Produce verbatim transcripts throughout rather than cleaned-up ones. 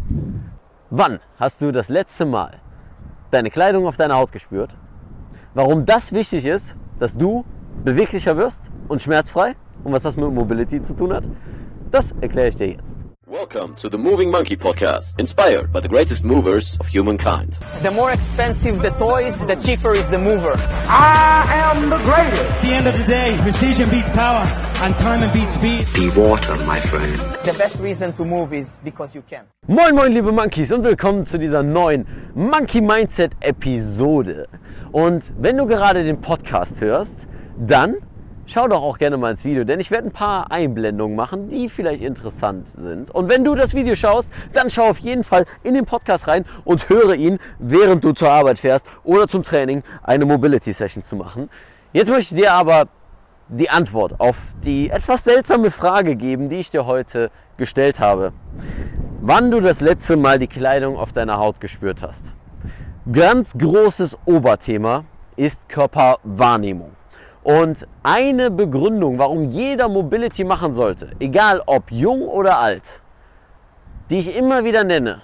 Wann hast du das letzte Mal deine Kleidung auf deiner Haut gespürt? Warum das wichtig ist, dass du beweglicher wirst und schmerzfrei und was das mit Mobility zu tun hat, das erkläre ich dir jetzt. Welcome to the Moving Monkey Podcast, inspired by the greatest movers of humankind. The more expensive the toys, the cheaper is the mover. I am the greatest. At the end of the day, precision beats power and time beats speed. Be water, my friend. The best reason to move is because you can. Moin moin liebe Monkeys und willkommen zu dieser neuen Monkey Mindset Episode. Und wenn du gerade den Podcast hörst, dann schau doch auch gerne mal ins Video, denn ich werde ein paar Einblendungen machen, die vielleicht interessant sind. Und wenn du das Video schaust, dann schau auf jeden Fall in den Podcast rein und höre ihn, während du zur Arbeit fährst oder zum Training eine Mobility Session zu machen. Jetzt möchte ich dir aber die Antwort auf die etwas seltsame Frage geben, die ich dir heute gestellt habe. Wann du das letzte Mal die Kleidung auf deiner Haut gespürt hast. Ganz großes Oberthema ist Körperwahrnehmung. Und eine Begründung, warum jeder Mobility machen sollte, egal ob jung oder alt, die ich immer wieder nenne,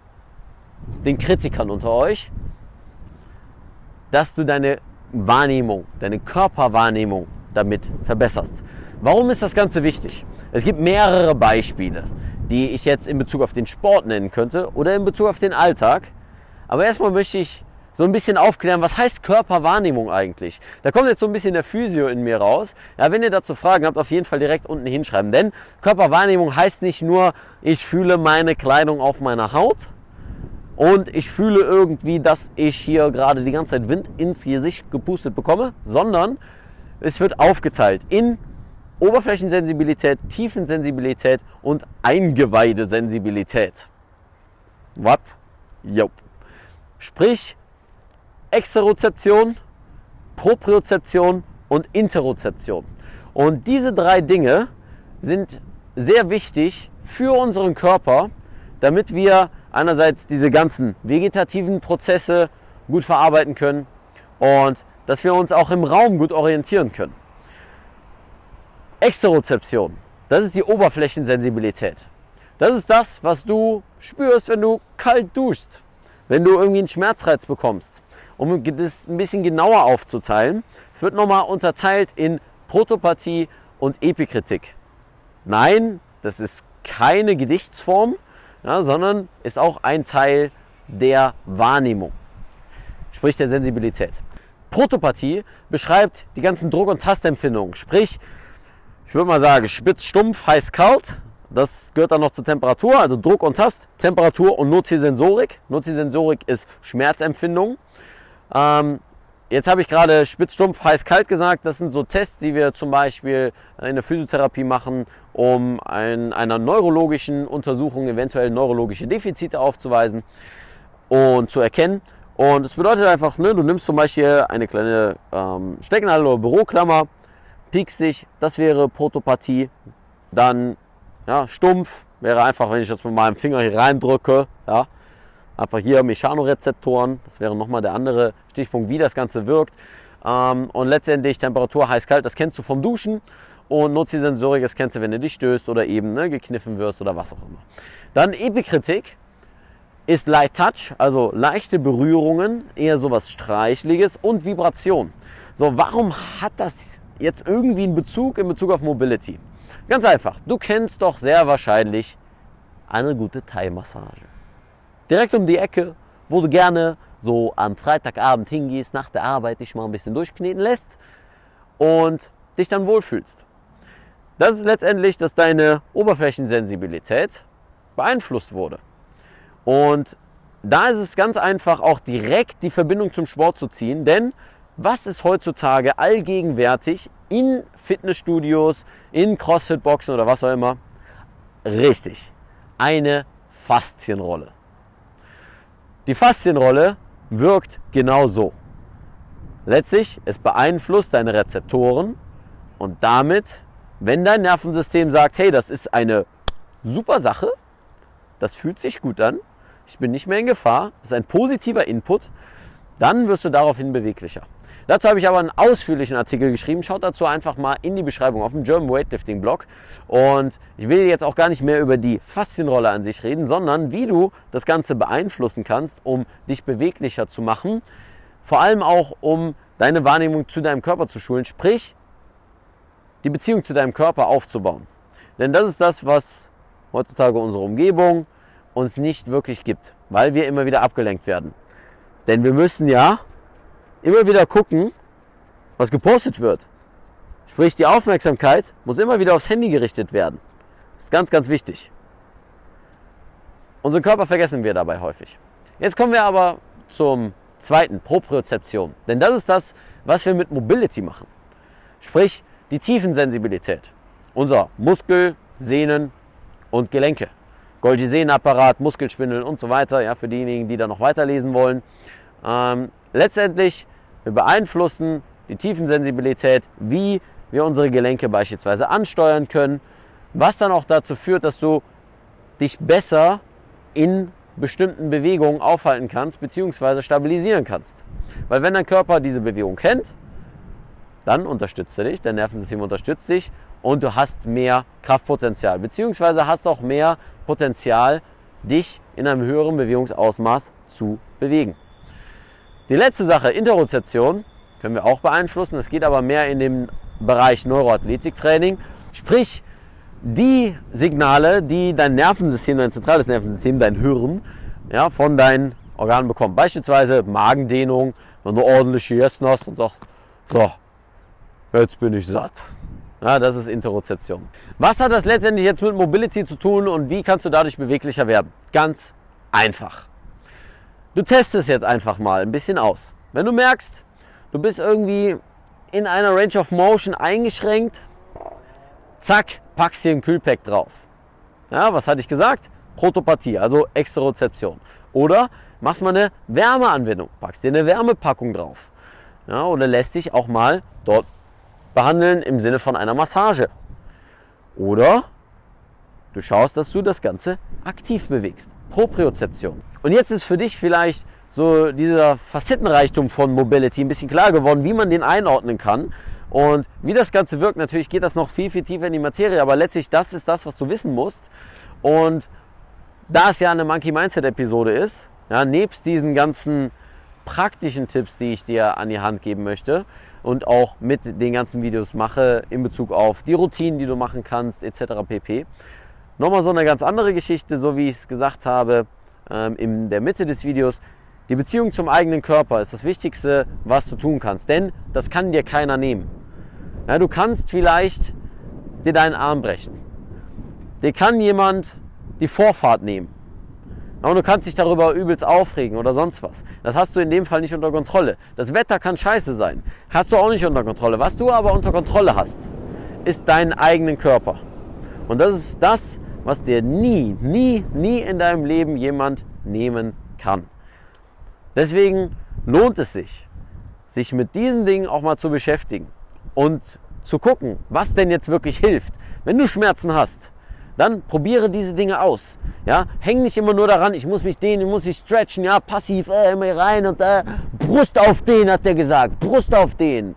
den Kritikern unter euch, dass du deine Wahrnehmung, deine Körperwahrnehmung damit verbesserst. Warum ist das Ganze wichtig? Es gibt mehrere Beispiele, die ich jetzt in Bezug auf den Sport nennen könnte oder in Bezug auf den Alltag. Aber erstmal möchte ich so ein bisschen aufklären, was heißt Körperwahrnehmung eigentlich? Da kommt jetzt so ein bisschen der Physio in mir raus. Ja, wenn ihr dazu Fragen habt, auf jeden Fall direkt unten hinschreiben. Denn Körperwahrnehmung heißt nicht nur, ich fühle meine Kleidung auf meiner Haut und ich fühle irgendwie, dass ich hier gerade die ganze Zeit Wind ins Gesicht gepustet bekomme, sondern es wird aufgeteilt in Oberflächensensibilität, Tiefensensibilität und Eingeweidesensibilität. What? Jo. Sprich, Exterozeption, Propriozeption und Interozeption. Und diese drei Dinge sind sehr wichtig für unseren Körper, damit wir einerseits diese ganzen vegetativen Prozesse gut verarbeiten können und dass wir uns auch im Raum gut orientieren können. Exterozeption, das ist die Oberflächensensibilität. Das ist das, was du spürst, wenn du kalt duschst, wenn du irgendwie einen Schmerzreiz bekommst. Um das ein bisschen genauer aufzuteilen, es wird nochmal unterteilt in Protopathie und Epikritik. Nein, das ist keine Gedichtsform, ja, sondern ist auch ein Teil der Wahrnehmung, sprich der Sensibilität. Protopathie beschreibt die ganzen Druck- und Tastempfindungen, sprich, ich würde mal sagen, spitz, stumpf, heiß, kalt. Das gehört dann noch zur Temperatur, also Druck und Tast, Temperatur und Nocisensorik. Nocisensorik ist Schmerzempfindung. Ähm, jetzt habe ich gerade spitz, stumpf, heiß, kalt gesagt. Das sind so Tests, die wir zum Beispiel in der Physiotherapie machen, um in einer neurologischen Untersuchung eventuell neurologische Defizite aufzuweisen und zu erkennen. Und das bedeutet einfach, ne, du nimmst zum Beispiel eine kleine ähm, Stecknadel oder Büroklammer, piekst dich, das wäre Protopathie. Dann ja, stumpf wäre einfach, wenn ich jetzt mit meinem Finger hier reindrücke, ja, einfach hier Mechanorezeptoren, das wäre nochmal der andere Stichpunkt, wie das Ganze wirkt. Ähm, und letztendlich Temperatur heiß-kalt, das kennst du vom Duschen. Und Nocisensorik, das kennst du, wenn du dich stößt oder eben ne, gekniffen wirst oder was auch immer. Dann Epikritik ist Light Touch, also leichte Berührungen, eher sowas Streichliges und Vibration. So, warum hat das jetzt irgendwie einen Bezug in Bezug auf Mobility? Ganz einfach, du kennst doch sehr wahrscheinlich eine gute Thai-Massage. Direkt um die Ecke, wo du gerne so am Freitagabend hingehst, nach der Arbeit dich mal ein bisschen durchkneten lässt und dich dann wohlfühlst. Das ist letztendlich, dass deine Oberflächensensibilität beeinflusst wurde. Und da ist es ganz einfach, auch direkt die Verbindung zum Sport zu ziehen, denn was ist heutzutage allgegenwärtig in Fitnessstudios, in Crossfit-Boxen oder was auch immer? Richtig, eine Faszienrolle. Die Faszienrolle wirkt genau so. Letztlich, es beeinflusst deine Rezeptoren und damit, wenn dein Nervensystem sagt, hey, das ist eine super Sache, das fühlt sich gut an, ich bin nicht mehr in Gefahr, das ist ein positiver Input, dann wirst du daraufhin beweglicher. Dazu habe ich aber einen ausführlichen Artikel geschrieben. Schaut dazu einfach mal in die Beschreibung auf dem German Weightlifting Blog. Und ich will jetzt auch gar nicht mehr über die Faszienrolle an sich reden, sondern wie du das Ganze beeinflussen kannst, um dich beweglicher zu machen. Vor allem auch, um deine Wahrnehmung zu deinem Körper zu schulen, sprich, die Beziehung zu deinem Körper aufzubauen. Denn das ist das, was heutzutage unsere Umgebung uns nicht wirklich gibt, weil wir immer wieder abgelenkt werden. Denn wir müssen ja immer wieder gucken, was gepostet wird. Sprich, die Aufmerksamkeit muss immer wieder aufs Handy gerichtet werden. Das ist ganz, ganz wichtig. Unseren Körper vergessen wir dabei häufig. Jetzt kommen wir aber zum zweiten, Propriozeption. Denn das ist das, was wir mit Mobility machen. Sprich, die Tiefensensibilität. Unser Muskel, Sehnen und Gelenke. Golgi-Sehnenapparat, Muskelspindeln und so weiter. Ja, für diejenigen, die da noch weiterlesen wollen. Ähm, letztendlich, wir beeinflussen die Tiefensensibilität, wie wir unsere Gelenke beispielsweise ansteuern können. Was dann auch dazu führt, dass du dich besser in bestimmten Bewegungen aufhalten kannst, beziehungsweise stabilisieren kannst. Weil wenn dein Körper diese Bewegung kennt, dann unterstützt er dich, dein Nervensystem unterstützt dich und du hast mehr Kraftpotenzial, beziehungsweise hast auch mehr Potenzial, dich in einem höheren Bewegungsausmaß zu bewegen. Die letzte Sache, Interozeption, können wir auch beeinflussen. Es geht aber mehr in den Bereich Neuroathletiktraining. Sprich, die Signale, die dein Nervensystem, dein zentrales Nervensystem, dein Hirn, ja, von deinen Organen bekommt. Beispielsweise Magendehnung, wenn du ordentlich gegessen hast und sagst, so, jetzt bin ich satt. Ja, das ist Interozeption. Was hat das letztendlich jetzt mit Mobility zu tun und wie kannst du dadurch beweglicher werden? Ganz einfach. Du testest jetzt einfach mal ein bisschen aus. Wenn du merkst, du bist irgendwie in einer Range of Motion eingeschränkt, zack, packst hier ein Kühlpack drauf. Ja, was hatte ich gesagt? Protopathie, also Exterozeption. Oder machst mal eine Wärmeanwendung, packst dir eine Wärmepackung drauf. Ja, oder lässt dich auch mal dort behandeln im Sinne von einer Massage. Oder du schaust, dass du das Ganze aktiv bewegst. Propriozeption. Und jetzt ist für dich vielleicht so dieser Facettenreichtum von Mobility ein bisschen klar geworden, wie man den einordnen kann. Und wie das Ganze wirkt, natürlich geht das noch viel, viel tiefer in die Materie, aber letztlich das ist das, was du wissen musst. Und da es ja eine Monkey Mindset Episode ist, ja, nebst diesen ganzen praktischen Tipps, die ich dir an die Hand geben möchte und auch mit den ganzen Videos mache in Bezug auf die Routinen, die du machen kannst, et cetera pp. Nochmal so eine ganz andere Geschichte, so wie ich es gesagt habe ähm, in der Mitte des Videos. Die Beziehung zum eigenen Körper ist das Wichtigste, was du tun kannst, denn das kann dir keiner nehmen. Ja, du kannst vielleicht dir deinen Arm brechen. Dir kann jemand die Vorfahrt nehmen. Ja, und du kannst dich darüber übelst aufregen oder sonst was. Das hast du in dem Fall nicht unter Kontrolle. Das Wetter kann scheiße sein. Hast du auch nicht unter Kontrolle. Was du aber unter Kontrolle hast, ist deinen eigenen Körper. Und das ist das, was dir nie, nie, nie in deinem Leben jemand nehmen kann. Deswegen lohnt es sich, sich mit diesen Dingen auch mal zu beschäftigen und zu gucken, was denn jetzt wirklich hilft. Wenn du Schmerzen hast, dann probiere diese Dinge aus. Ja, häng nicht immer nur daran, ich muss mich dehnen, ich muss mich stretchen, ja, passiv, äh, immer rein und äh, Brust auf den, hat der gesagt, Brust auf den.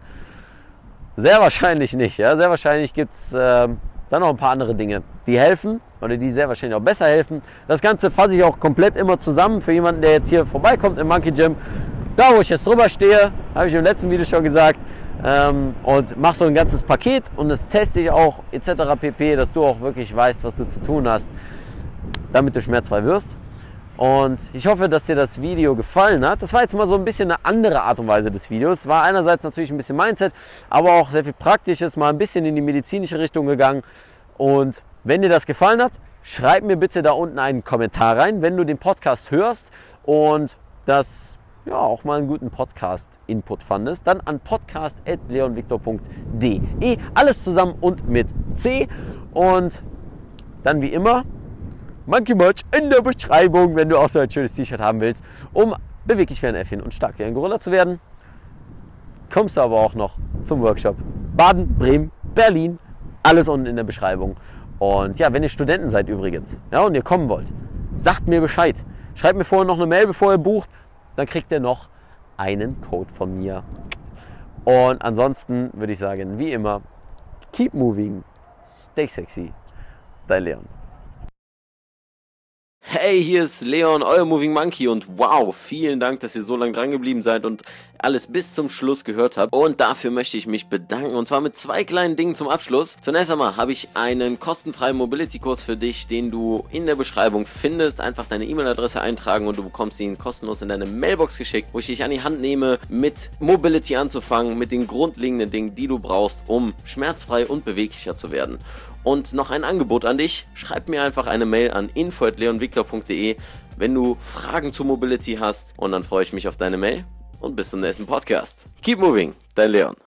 Sehr wahrscheinlich nicht, ja, sehr wahrscheinlich gibt es äh, dann noch ein paar andere Dinge, die helfen oder die sehr wahrscheinlich auch besser helfen. Das Ganze fasse ich auch komplett immer zusammen für jemanden, der jetzt hier vorbeikommt im Monkey Gym. Da, wo ich jetzt drüber stehe, habe ich im letzten Video schon gesagt, ähm, und mach so ein ganzes Paket und das teste ich auch et cetera pp, dass du auch wirklich weißt, was du zu tun hast, damit du schmerzfrei wirst. Und ich hoffe, dass dir das Video gefallen hat. Das war jetzt mal so ein bisschen eine andere Art und Weise des Videos. War einerseits natürlich ein bisschen Mindset, aber auch sehr viel Praktisches, mal ein bisschen in die medizinische Richtung gegangen. Und wenn dir das gefallen hat, schreib mir bitte da unten einen Kommentar rein, wenn du den Podcast hörst und das ja auch mal einen guten Podcast-Input fandest. Dann an podcast at leonviktor punkt de. Alles zusammen und mit C. Und dann wie immer Monkey Merch in der Beschreibung, wenn du auch so ein schönes T-Shirt haben willst, um beweglich wie ein Äffchen und stark wie ein Gorilla zu werden. Kommst du aber auch noch zum Workshop Baden, Bremen, Berlin, alles unten in der Beschreibung. Und ja, wenn ihr Studenten seid übrigens, ja, und ihr kommen wollt, sagt mir Bescheid. Schreibt mir vorher noch eine Mail, bevor ihr bucht, dann kriegt ihr noch einen Code von mir. Und ansonsten würde ich sagen, wie immer, keep moving, stay sexy, dein Leon. Hey, hier ist Leon, euer Moving Monkey und wow, vielen Dank, dass ihr so lange dran geblieben seid und alles bis zum Schluss gehört habt. Und dafür möchte ich mich bedanken und zwar mit zwei kleinen Dingen zum Abschluss. Zunächst einmal habe ich einen kostenfreien Mobility-Kurs für dich, den du in der Beschreibung findest. Einfach deine E-Mail-Adresse eintragen und du bekommst ihn kostenlos in deine Mailbox geschickt, wo ich dich an die Hand nehme, mit Mobility anzufangen, mit den grundlegenden Dingen, die du brauchst, um schmerzfrei und beweglicher zu werden. Und noch ein Angebot an dich, schreib mir einfach eine Mail an info at leon victor punkt de, wenn du Fragen zu Mobility hast und dann freue ich mich auf deine Mail und bis zum nächsten Podcast. Keep moving, dein Leon.